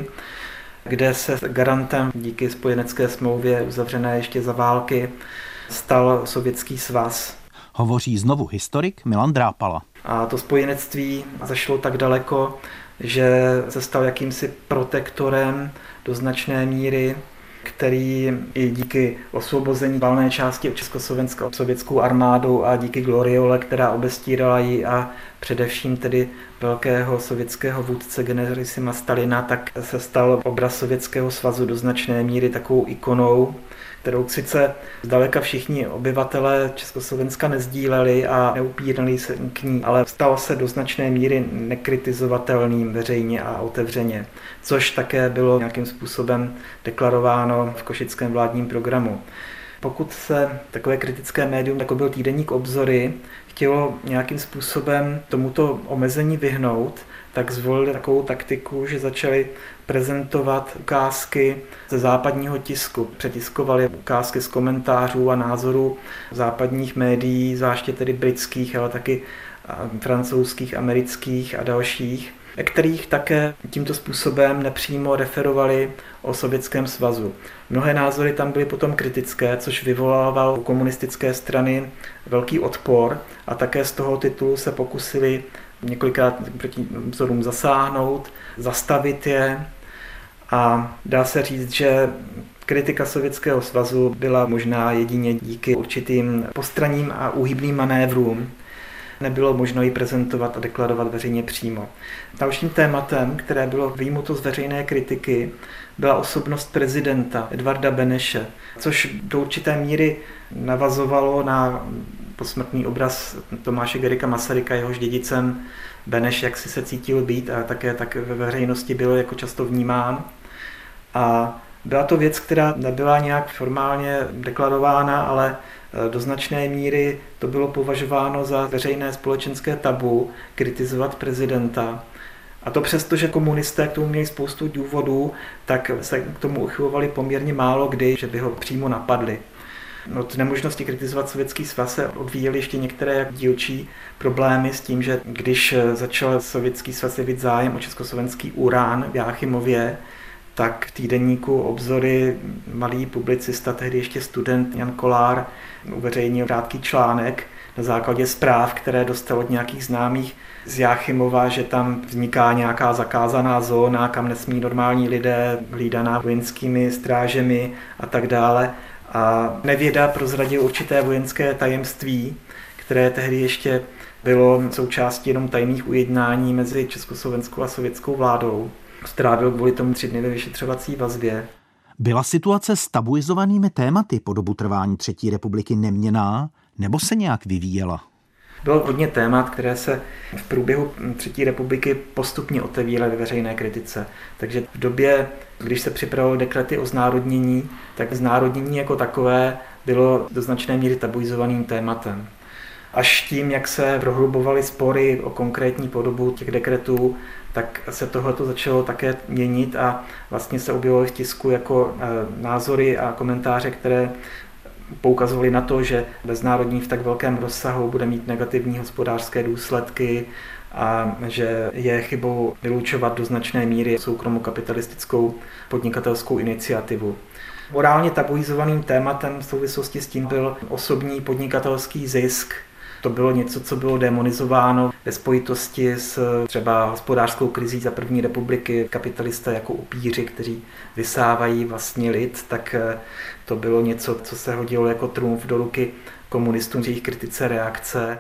kde se garantem díky spojenecké smlouvě uzavřené ještě za války stal Sovětský svaz. Hovoří znovu historik Milan Drápala. A to spojenectví zašlo tak daleko, že se stal jakýmsi protektorem do značné míry, který i díky osvobození valné části Československa sovětskou armádou a díky gloriole, která obestírala ji a především tedy velkého sovětského vůdce generalissima Stalina, tak se stal obraz Sovětského svazu do značné míry takovou ikonou, kterou sice zdaleka všichni obyvatelé Československa nezdíleli a neupírali se k ní, ale stal se do značné míry nekritizovatelným veřejně a otevřeně, což také bylo nějakým způsobem deklarováno v košickém vládním programu. Pokud se takové kritické médium, jako byl týdeník Obzory, chtělo nějakým způsobem tomuto omezení vyhnout, tak zvolili takovou taktiku, že začali prezentovat ukázky ze západního tisku. Přetiskovali ukázky z komentářů a názorů západních médií, zvláště tedy britských, ale taky francouzských, amerických a dalších. kterých také tímto způsobem nepřímo referovali o Sovětském svazu. Mnohé názory tam byly potom kritické, což vyvolávalo u komunistické strany velký odpor a také z toho titulu se pokusili několikrát proti vzorům zasáhnout, zastavit je a dá se říct, že kritika Sovětského svazu byla možná jedině díky určitým postranním a úhybným manévrům. Nebylo možno ji prezentovat a deklarovat veřejně přímo. Dalším tématem, které bylo vyjmuto z veřejné kritiky, byla osobnost prezidenta Edvarda Beneše, což do určité míry navazovalo na posmrtný obraz Tomáše Garrigua Masaryka, jehož dědicem Beneš jaksi se cítil být a také tak ve veřejnosti byl jako často vnímán. A byla to věc, která nebyla nějak formálně deklarována, ale do značné míry to bylo považováno za veřejné společenské tabu kritizovat prezidenta. A to přesto, že komunisté k tomu měli spoustu důvodů, tak se k tomu uchylovali poměrně málo kdy, že by ho přímo napadli. Od nemožnosti kritizovat Sovětský svaz se odvíjely ještě některé dílčí problémy s tím, že když začal Sovětský svaz jevit zájem o československý urán v Jáchymově, tak v týdeníku Obzory malý publicista, tehdy ještě student Jan Kolár, uveřejnil krátký článek na základě zpráv, které dostal od nějakých známých z Jáchymova, že tam vzniká nějaká zakázaná zóna, kam nesmí normální lidé, hlídaná vojenskými strážemi a tak dále. A nevěda prozradil určité vojenské tajemství, které tehdy ještě bylo součástí jenom tajných ujednání mezi československou a sovětskou vládou. Strávil kvůli tomu 3 dny ve vyšetřovací vazbě. Byla situace s tabuizovanými tématy po dobu trvání Třetí republiky neměnná, nebo se nějak vyvíjela? Bylo hodně témat, které se v průběhu Třetí republiky postupně otevíraly ve veřejné kritice. Takže v době, když se připravovaly dekrety o znárodnění, tak znárodnění jako takové bylo do značné míry tabuizovaným tématem. Až tím, jak se prohlubovaly spory o konkrétní podobu těch dekretů, tak se tohleto začalo také měnit a vlastně se objevovaly v tisku jako názory a komentáře, které poukazovaly na to, že beznárodní v tak velkém rozsahu bude mít negativní hospodářské důsledky a že je chybou vylučovat do značné míry soukromokapitalistickou podnikatelskou iniciativu. Morálně tabuizovaným tématem v souvislosti s tím byl osobní podnikatelský zisk. To bylo něco, co bylo demonizováno ve spojitosti s třeba hospodářskou krizí za první republiky. Kapitalisté jako upíři, kteří vysávají vlastní lid, tak to bylo něco, co se hodilo jako trumf do ruky komunistům z jejich kritice reakce.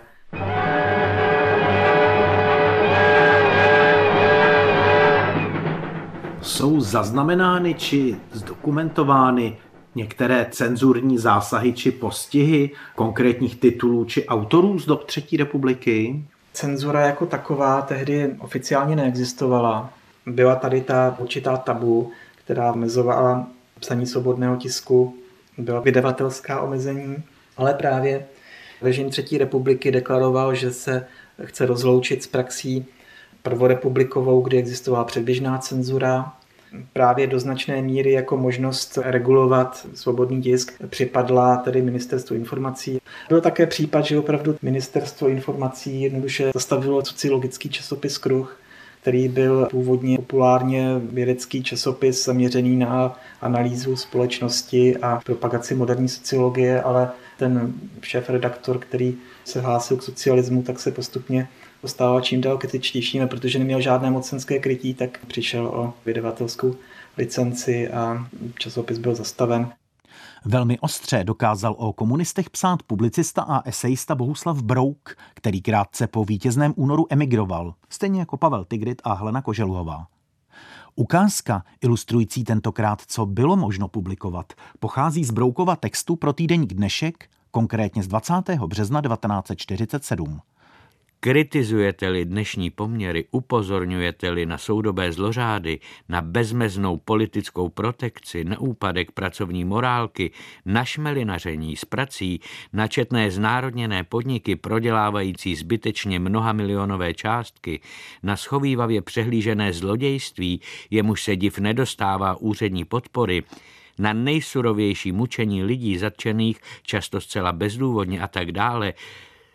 Jsou zaznamenány či zdokumentovány některé cenzurní zásahy či postihy konkrétních titulů či autorů z dob Třetí republiky? Cenzura jako taková tehdy oficiálně neexistovala. Byla tady ta určitá tabu, která omezovala psaní svobodného tisku, byla vydavatelská omezení, ale právě režim Třetí republiky deklaroval, že se chce rozloučit s praxí prvorepublikovou, kdy existovala předběžná cenzura. Právě do značné míry jako možnost regulovat svobodný tisk připadla tedy Ministerstvu informací. Byl také případ, že opravdu Ministerstvo informací jednoduše zastavilo sociologický časopis Kruh, který byl původně populárně vědecký časopis zaměřený na analýzu společnosti a propagaci moderní sociologie, ale ten šéfredaktor, který se hlásil k socialismu, tak se postupně dostával čím dál kritičtějším, protože neměl žádné mocenské krytí, tak přišel o vydavatelskou licenci a časopis byl zastaven. Velmi ostře dokázal o komunistech psát publicista a esejista Bohuslav Brouk, který krátce po vítězném únoru emigroval, stejně jako Pavel Tigrit a Helena Koželuhová. Ukázka, ilustrující tentokrát, co bylo možno publikovat, pochází z Broukova textu pro týdeník Dnešek, konkrétně z 20. března 1947. Kritizujete-li dnešní poměry, upozorňujete-li na soudobé zlořády, na bezmeznou politickou protekci, na úpadek pracovní morálky, na šmelinaření s prací, na četné znárodněné podniky prodělávající zbytečně mnohamilionové částky, na schovívavě přehlížené zlodějství, jemuž se div nedostává úřední podpory, na nejsurovější mučení lidí zatčených, často zcela bezdůvodně a tak dále,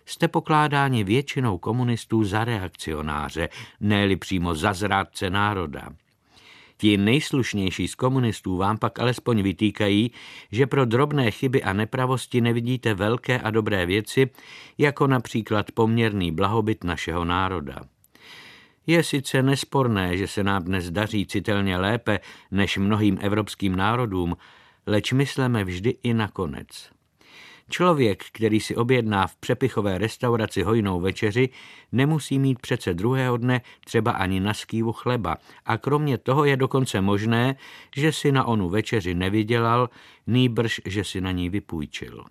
jste pokládáni většinou komunistů za reakcionáře, ne-li přímo za zrádce národa. Ti nejslušnější z komunistů vám pak alespoň vytýkají, že pro drobné chyby a nepravosti nevidíte velké a dobré věci, jako například poměrný blahobyt našeho národa. Je sice nesporné, že se nám dnes daří citelně lépe než mnohým evropským národům, leč mysleme vždy i na konec. Člověk, který si objedná v přepichové restauraci hojnou večeři, nemusí mít přece druhého dne třeba ani na skývu chleba a kromě toho je dokonce možné, že si na onu večeři nevydělal, nýbrž, že si na ní vypůjčil.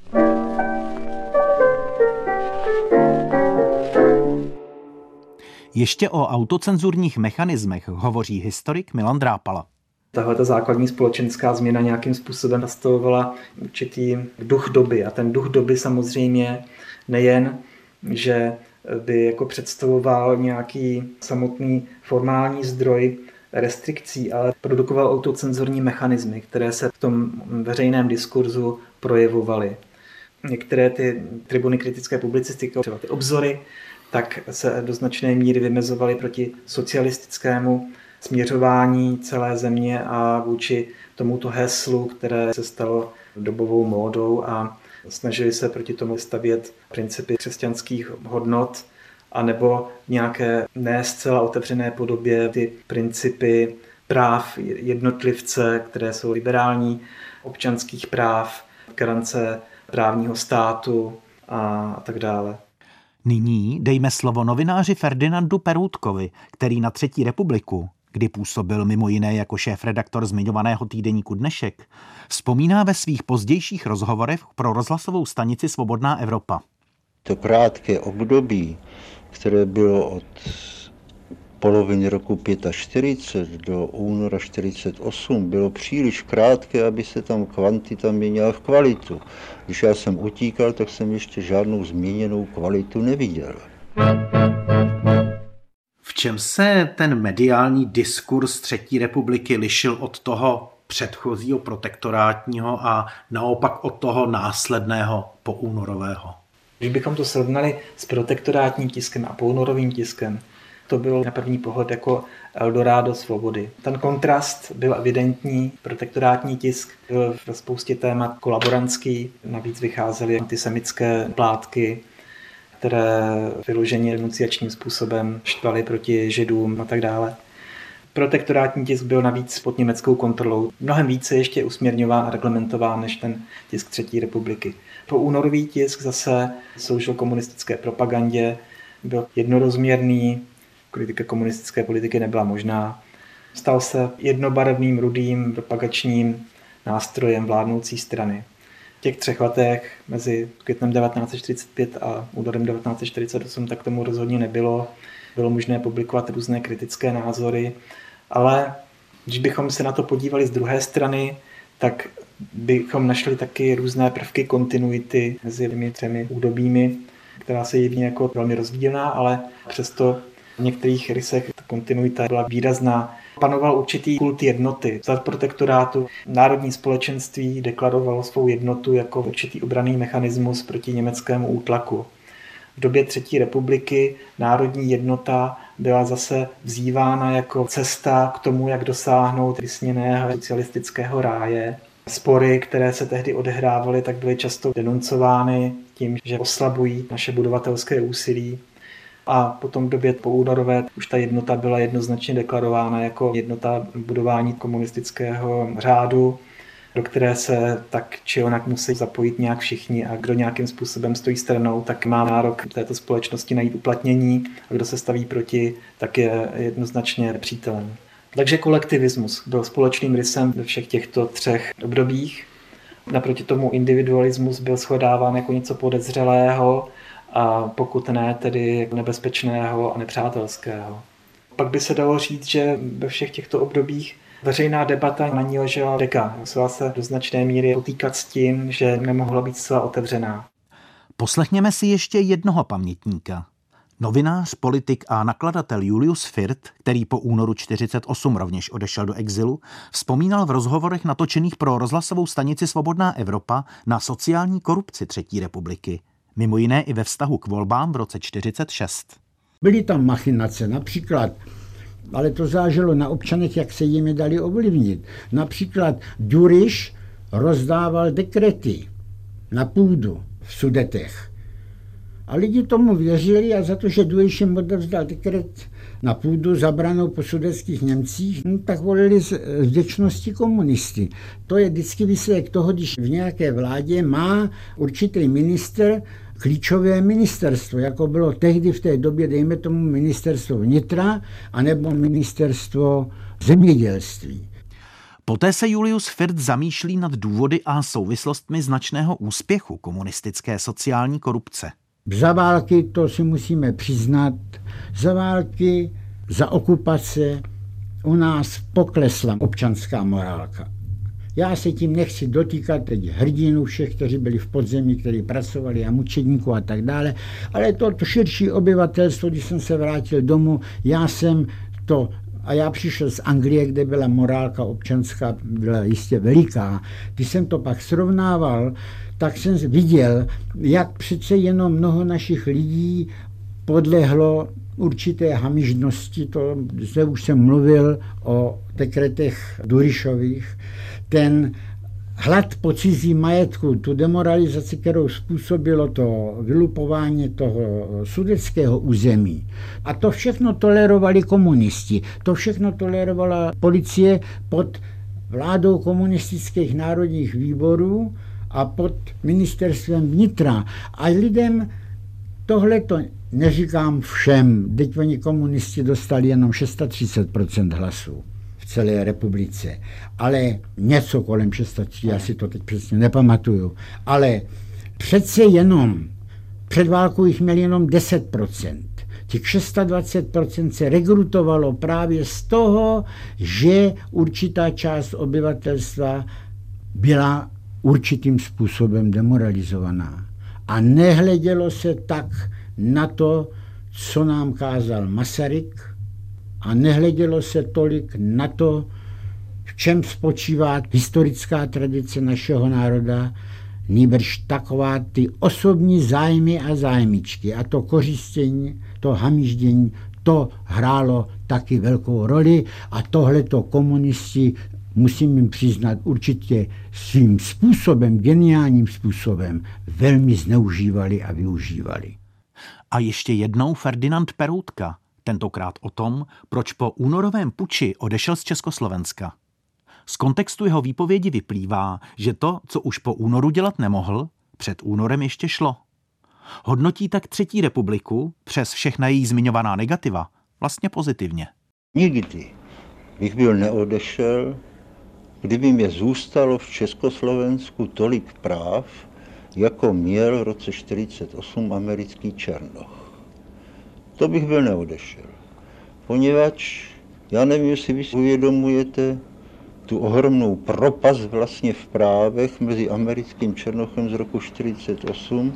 Ještě o autocenzurních mechanismech hovoří historik Milan Drápala. Tahle základní společenská změna nějakým způsobem nastavovala určitý duch doby. A ten duch doby samozřejmě nejen, že by jako představoval nějaký samotný formální zdroj restrikcí, ale produkoval autocenzurní mechanismy, které se v tom veřejném diskurzu projevovaly. Některé ty tribuny kritické publicistiky, třeba ty obzory, tak se do značné míry vymezovaly proti socialistickému směřování celé země a vůči tomuto heslu, které se stalo dobovou módou a snažili se proti tomu stavět principy křesťanských hodnot anebo v nějaké ne zcela otevřené podobě ty principy práv jednotlivce, které jsou liberální, občanských práv, garance právního státu a tak dále. Nyní dejme slovo novináři Ferdinandu Perůtkovi, který na Třetí republiku, kdy působil mimo jiné jako šéfredaktor zmiňovaného týdeníku Dnešek, vzpomíná ve svých pozdějších rozhovorech pro rozhlasovou stanici Svobodná Evropa. To krátké období, které bylo od poloviny roku 45 do února 48, bylo příliš krátké, aby se tam kvantita měnila v kvalitu. Když já jsem utíkal, tak jsem ještě žádnou změněnou kvalitu neviděl. V čem se ten mediální diskurs Třetí republiky lišil od toho předchozího protektorátního a naopak od toho následného poúnorového? Když bychom to srovnali s protektorátním tiskem a poúnorovým tiskem, to bylo na první pohled jako Eldorado svobody. Ten kontrast byl evidentní. Protektorátní tisk byl ve spoustě témat kolaborantský, navíc vycházely antisemické plátky, které vyloženě denunciačním způsobem štvaly proti Židům a tak dále. Protektorátní tisk byl navíc pod německou kontrolou. Mnohem více ještě usměrňován a reglementován než ten tisk Třetí republiky. Poúnorový tisk zase sloužil komunistické propagandě, byl jednorozměrný, kritika komunistické politiky nebyla možná. Stal se jednobarevným, rudým propagačním nástrojem vládnoucí strany. V těch 3 letech mezi květnem 1945 a únorem 1948 tak tomu rozhodně nebylo. Bylo možné publikovat různé kritické názory, ale když bychom se na to podívali z druhé strany, tak bychom našli taky různé prvky kontinuity mezi těmi 3 údobími, která se jeví jako velmi rozdílná, ale přesto v některých rysech ta kontinuita byla výrazná. Panoval určitý kult jednoty. Za protektorátu národní společenství deklarovalo svou jednotu jako určitý obranný mechanismus proti německému útlaku. V době Třetí republiky národní jednota byla zase vzývána jako cesta k tomu, jak dosáhnout vysněného socialistického ráje. Spory, které se tehdy odehrávaly, tak byly často denuncovány tím, že oslabují naše budovatelské úsilí. A potom v době poúnorové už ta jednota byla jednoznačně deklarována jako jednota budování komunistického řádu, do které se tak či onak musí zapojit nějak všichni a kdo nějakým způsobem stojí stranou, tak má nárok v této společnosti najít uplatnění a kdo se staví proti, tak je jednoznačně přítelem. Takže kolektivismus byl společným rysem ve všech těchto 3 obdobích. Naproti tomu individualismus byl shledáván jako něco podezřelého a pokud ne, tedy nebezpečného a nepřátelského. Pak by se dalo říct, že ve všech těchto obdobích veřejná debata na ní ležela deka. Musela se do značné míry potýkat s tím, že nemohla být zcela otevřená. Poslechněme si ještě jednoho pamětníka. Novinář, politik a nakladatel Julius Firth, který po únoru 1948 rovněž odešel do exilu, vzpomínal v rozhovorech natočených pro rozhlasovou stanici Svobodná Evropa na sociální korupci Třetí republiky. Mimo jiné i ve vztahu k volbám v roce 1946. Byly tam machinace, například, ale to záleželo na občanech, jak se jimi dali ovlivnit. Například Duriš rozdával dekrety na půdu v Sudetech. A lidi tomu věřili a za to, že Duriš jim odevzdal dekret na půdu zabranou po sudetských Němcích, tak volili z vděčnosti komunisty. To je vždycky výsledek toho, když v nějaké vládě má určitý ministr klíčové ministerstvo, jako bylo tehdy v té době, dejme tomu ministerstvo vnitra, anebo ministerstvo zemědělství. Poté se Julius Firth zamýšlí nad důvody a souvislostmi značného úspěchu komunistické sociální korupce. Za války, to si musíme přiznat, za války, za okupace u nás poklesla občanská morálka. Já se tím nechci dotýkat teď hrdinů všech, kteří byli v podzemí, kteří pracovali a mučedníků a tak dále, ale to širší obyvatelstvo, když jsem se vrátil domů, já přišel z Anglie, kde byla morálka občanská, byla jistě veliká. Když jsem to pak srovnával, tak jsem viděl, jak přece jenom mnoho našich lidí podlehlo určité hamižnosti, to zde už jsem mluvil o dekretech Durišových, ten hlad po cizí majetku, tu demoralizaci, kterou způsobilo to vylupování toho sudetského území. A to všechno tolerovali komunisti, to všechno tolerovala policie pod vládou komunistických národních výborů a pod ministerstvem vnitra. A lidem tohleto neříkám všem, teď oni komunisti dostali jenom 630% hlasů v celé republice, ale něco kolem 630, já si to teď přesně nepamatuju, ale přece jenom před válkou jich měli jenom 10%. Těch 620% se rekrutovalo právě z toho, že určitá část obyvatelstva byla určitým způsobem demoralizovaná. A nehledělo se tak na to, co nám kázal Masaryk, a nehledělo se tolik na to, v čem spočívá historická tradice našeho národa, nýbrž taková ty osobní zájmy a zájmičky. A to kořistění, to hamiždění, to hrálo taky velkou roli a tohleto komunisti, musím jim přiznat, určitě svým způsobem, geniálním způsobem, velmi zneužívali a využívali. A ještě jednou Ferdinand Peroutka, tentokrát o tom, proč po únorovém puči odešel z Československa. Z kontextu jeho výpovědi vyplývá, že to, co už po únoru dělat nemohl, před únorem ještě šlo. Hodnotí tak Třetí republiku, přes všechna její zmiňovaná negativa, vlastně pozitivně. Nikdy bych byl neodešel, kdyby mě zůstalo v Československu tolik práv, jako měl v roce 1948 americký Černoch. To bych byl neodešel, poněvadž já nevím, jestli vy si uvědomujete tu ohromnou propast vlastně v právech mezi americkým Černochem z roku 1948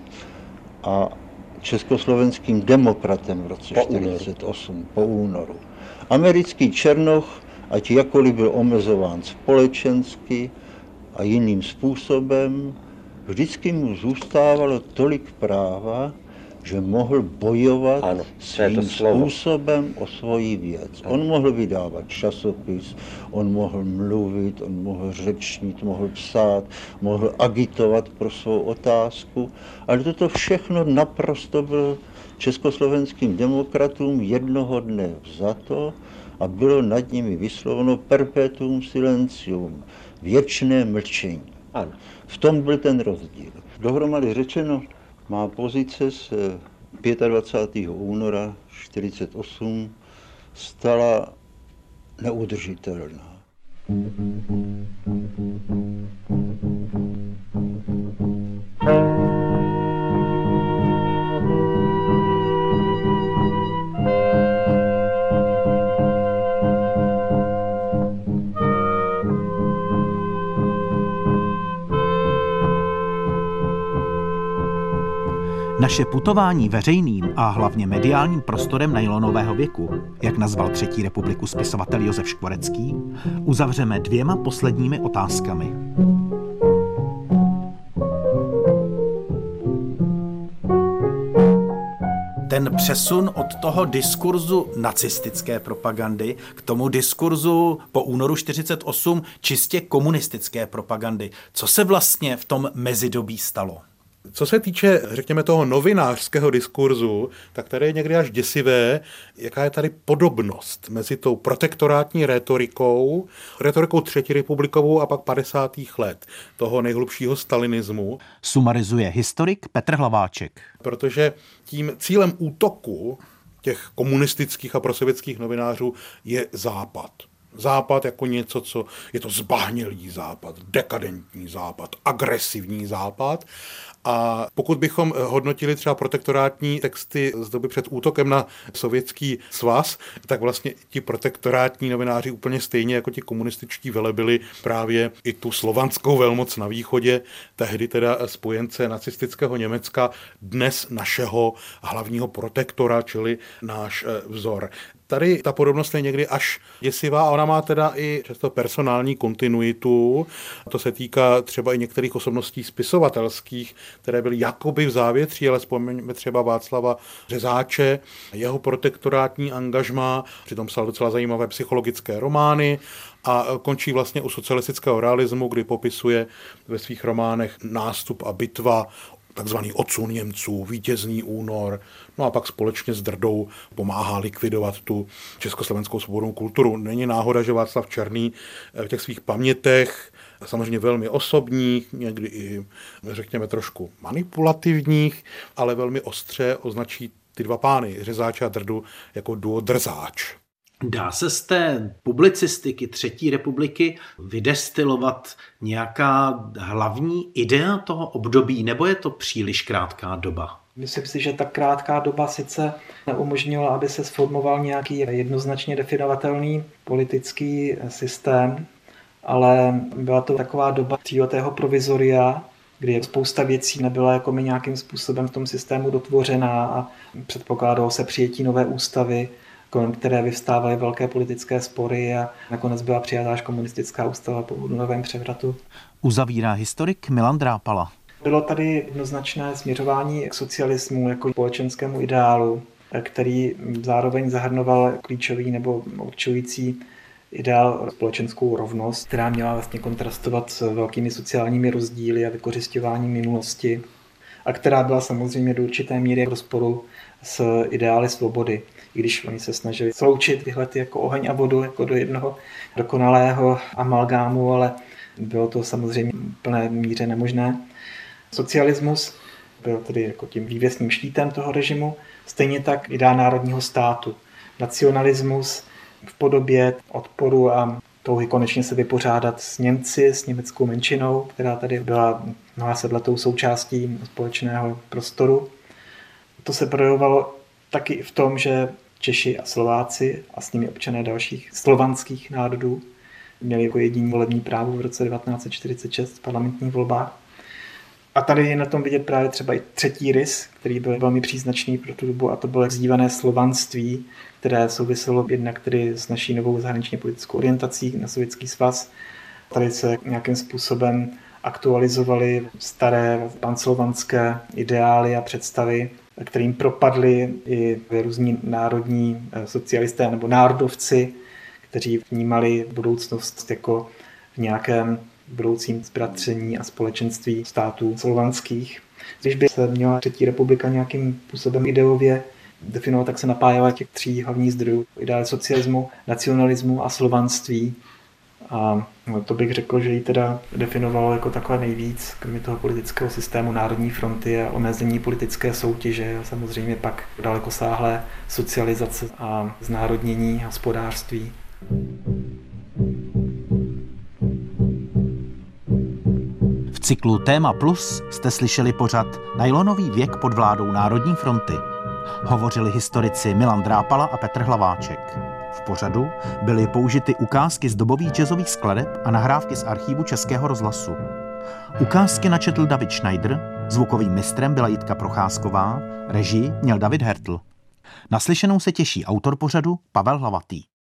a československým demokratem v roce 1948 po únoru. Americký Černoch, ať jakkoliv byl omezován společensky a jiným způsobem, vždycky mu zůstávalo tolik práva, že mohl bojovat svým způsobem o svoji věc. On mohl vydávat časopis, on mohl mluvit, on mohl řečnit, mohl psát, mohl agitovat pro svou otázku, ale toto všechno naprosto bylo československým demokratům jednoho dne vzato a bylo nad nimi vysloveno perpetuum silencium, věčné mlčení. Ano. V tom byl ten rozdíl. Dohromady řečeno, má pozice z 25. února 1948 stala neudržitelná. Naše putování veřejným a hlavně mediálním prostorem nylonového věku, jak nazval Třetí republiku spisovatel Josef Škvorecký, uzavřeme 2 posledními otázkami. ten přesun od toho diskurzu nacistické propagandy k tomu diskurzu po únoru 48 čistě komunistické propagandy. Co se vlastně v tom mezidobí stalo? Co se týče, řekněme, toho novinářského diskurzu, tak tady je někdy až děsivé, jaká je tady podobnost mezi tou protektorátní rétorikou třetí republikovou a pak 50. let, toho nejhlubšího stalinismu. Sumarizuje historik Petr Hlaváček. Protože tím cílem útoku těch komunistických a prosovětských novinářů je Západ. Západ jako něco, co je to zbahnělý Západ, dekadentní Západ, agresivní Západ. A pokud bychom hodnotili třeba protektorátní texty z doby před útokem na Sovětský svaz, tak vlastně ti protektorátní novináři úplně stejně jako ti komunističtí velebili právě i tu slovanskou velmoc na východě, tehdy teda spojence nacistického Německa, dnes našeho hlavního protektora, čili náš vzor. Tady ta podobnost je někdy až děsivá a ona má teda i často personální kontinuitu. To se týká třeba i některých osobností spisovatelských, které byly jakoby v závětří, ale vzpomeňme třeba Václava Řezáče, jeho protektorátní angažmá, přitom psal docela zajímavé psychologické romány a končí vlastně u socialistického realismu, kdy popisuje ve svých románech nástup a bitva, takzvaný odsun Němců, vítězný únor, no a pak společně s Drdou pomáhá likvidovat tu československou svobodnou kulturu. Není náhoda, že Václav Černý v těch svých pamětech, samozřejmě velmi osobních, někdy i, řekněme, trošku manipulativních, ale velmi ostře označí ty dva pány, Řezáče a Drdu, jako duo Drzáč. Dá se z té publicistiky třetí republiky vydestilovat nějaká hlavní idea toho období, nebo je to příliš krátká doba? Myslím si, že ta krátká doba sice neumožnila, aby se sformoval nějaký jednoznačně definovatelný politický systém, ale byla to taková doba tříletého provizoria, kdy spousta věcí nebyla jako nějakým způsobem v tom systému dotvořená a předpokládalo se přijetí nové ústavy, kolem které vyvstávaly velké politické spory a nakonec byla přijatá až komunistická ústava po únorovém převratu. Uzavírá historik Milan Drápala. Bylo tady jednoznačné směřování k socialismu jako společenskému ideálu, který zároveň zahrnoval klíčový nebo určující ideál společenskou rovnost, která měla vlastně kontrastovat s velkými sociálními rozdíly a vykořisťováním minulosti a která byla samozřejmě do určité míry v rozporu s ideály svobody. I když oni se snažili sloučit tyhle jako oheň a vodu jako do jednoho dokonalého amalgámu, ale bylo to samozřejmě v plné míře nemožné. Socialismus byl tedy jako tím vývěsním štítem toho režimu, stejně tak idea národního státu. Nacionalismus v podobě odporu a touhy konečně se vypořádat s Němci, s německou menšinou, která tady byla mnoha sedletou součástí společného prostoru. To se projevovalo taky i v tom, že Češi a Slováci a s nimi občané dalších slovanských národů měli jako jediný volební právo v roce 1946 v parlamentních volbách. A tady je na tom vidět právě třeba i třetí rys, který byl velmi příznačný pro tu dobu, a to bylo vzdívané slovanství, které souviselo jednak tedy s naší novou zahraničně politickou orientací na Sovětský svaz. Tady se nějakým způsobem aktualizovaly staré panslovanské ideály a představy, kterým propadli i různí národní socialisté nebo národovci, kteří vnímali budoucnost jako v nějakém budoucím zbratření a společenství států slovanských. Když by se měla třetí republika nějakým způsobem ideově definovat, tak se napájela těch tří hlavních zdrojů. Ideály socialismu, nacionalismu a slovanství. A to bych řekl, že ji teda definovalo jako takové nejvíc, kromě toho politického systému Národní fronty a omezení politické soutěže a samozřejmě pak dalekosáhlé socializace a znárodnění hospodářství. V cyklu Téma Plus jste slyšeli pořad Nylonový věk pod vládou Národní fronty. Hovořili historici Milan Drápala a Petr Hlaváček. V pořadu byly použity ukázky z dobových jazzových skladeb a nahrávky z archívu Českého rozhlasu. Ukázky načetl David Schneider, zvukovým mistrem byla Jitka Procházková, režii měl David Hertl. Naslyšenou se těší autor pořadu Pavel Hlavatý.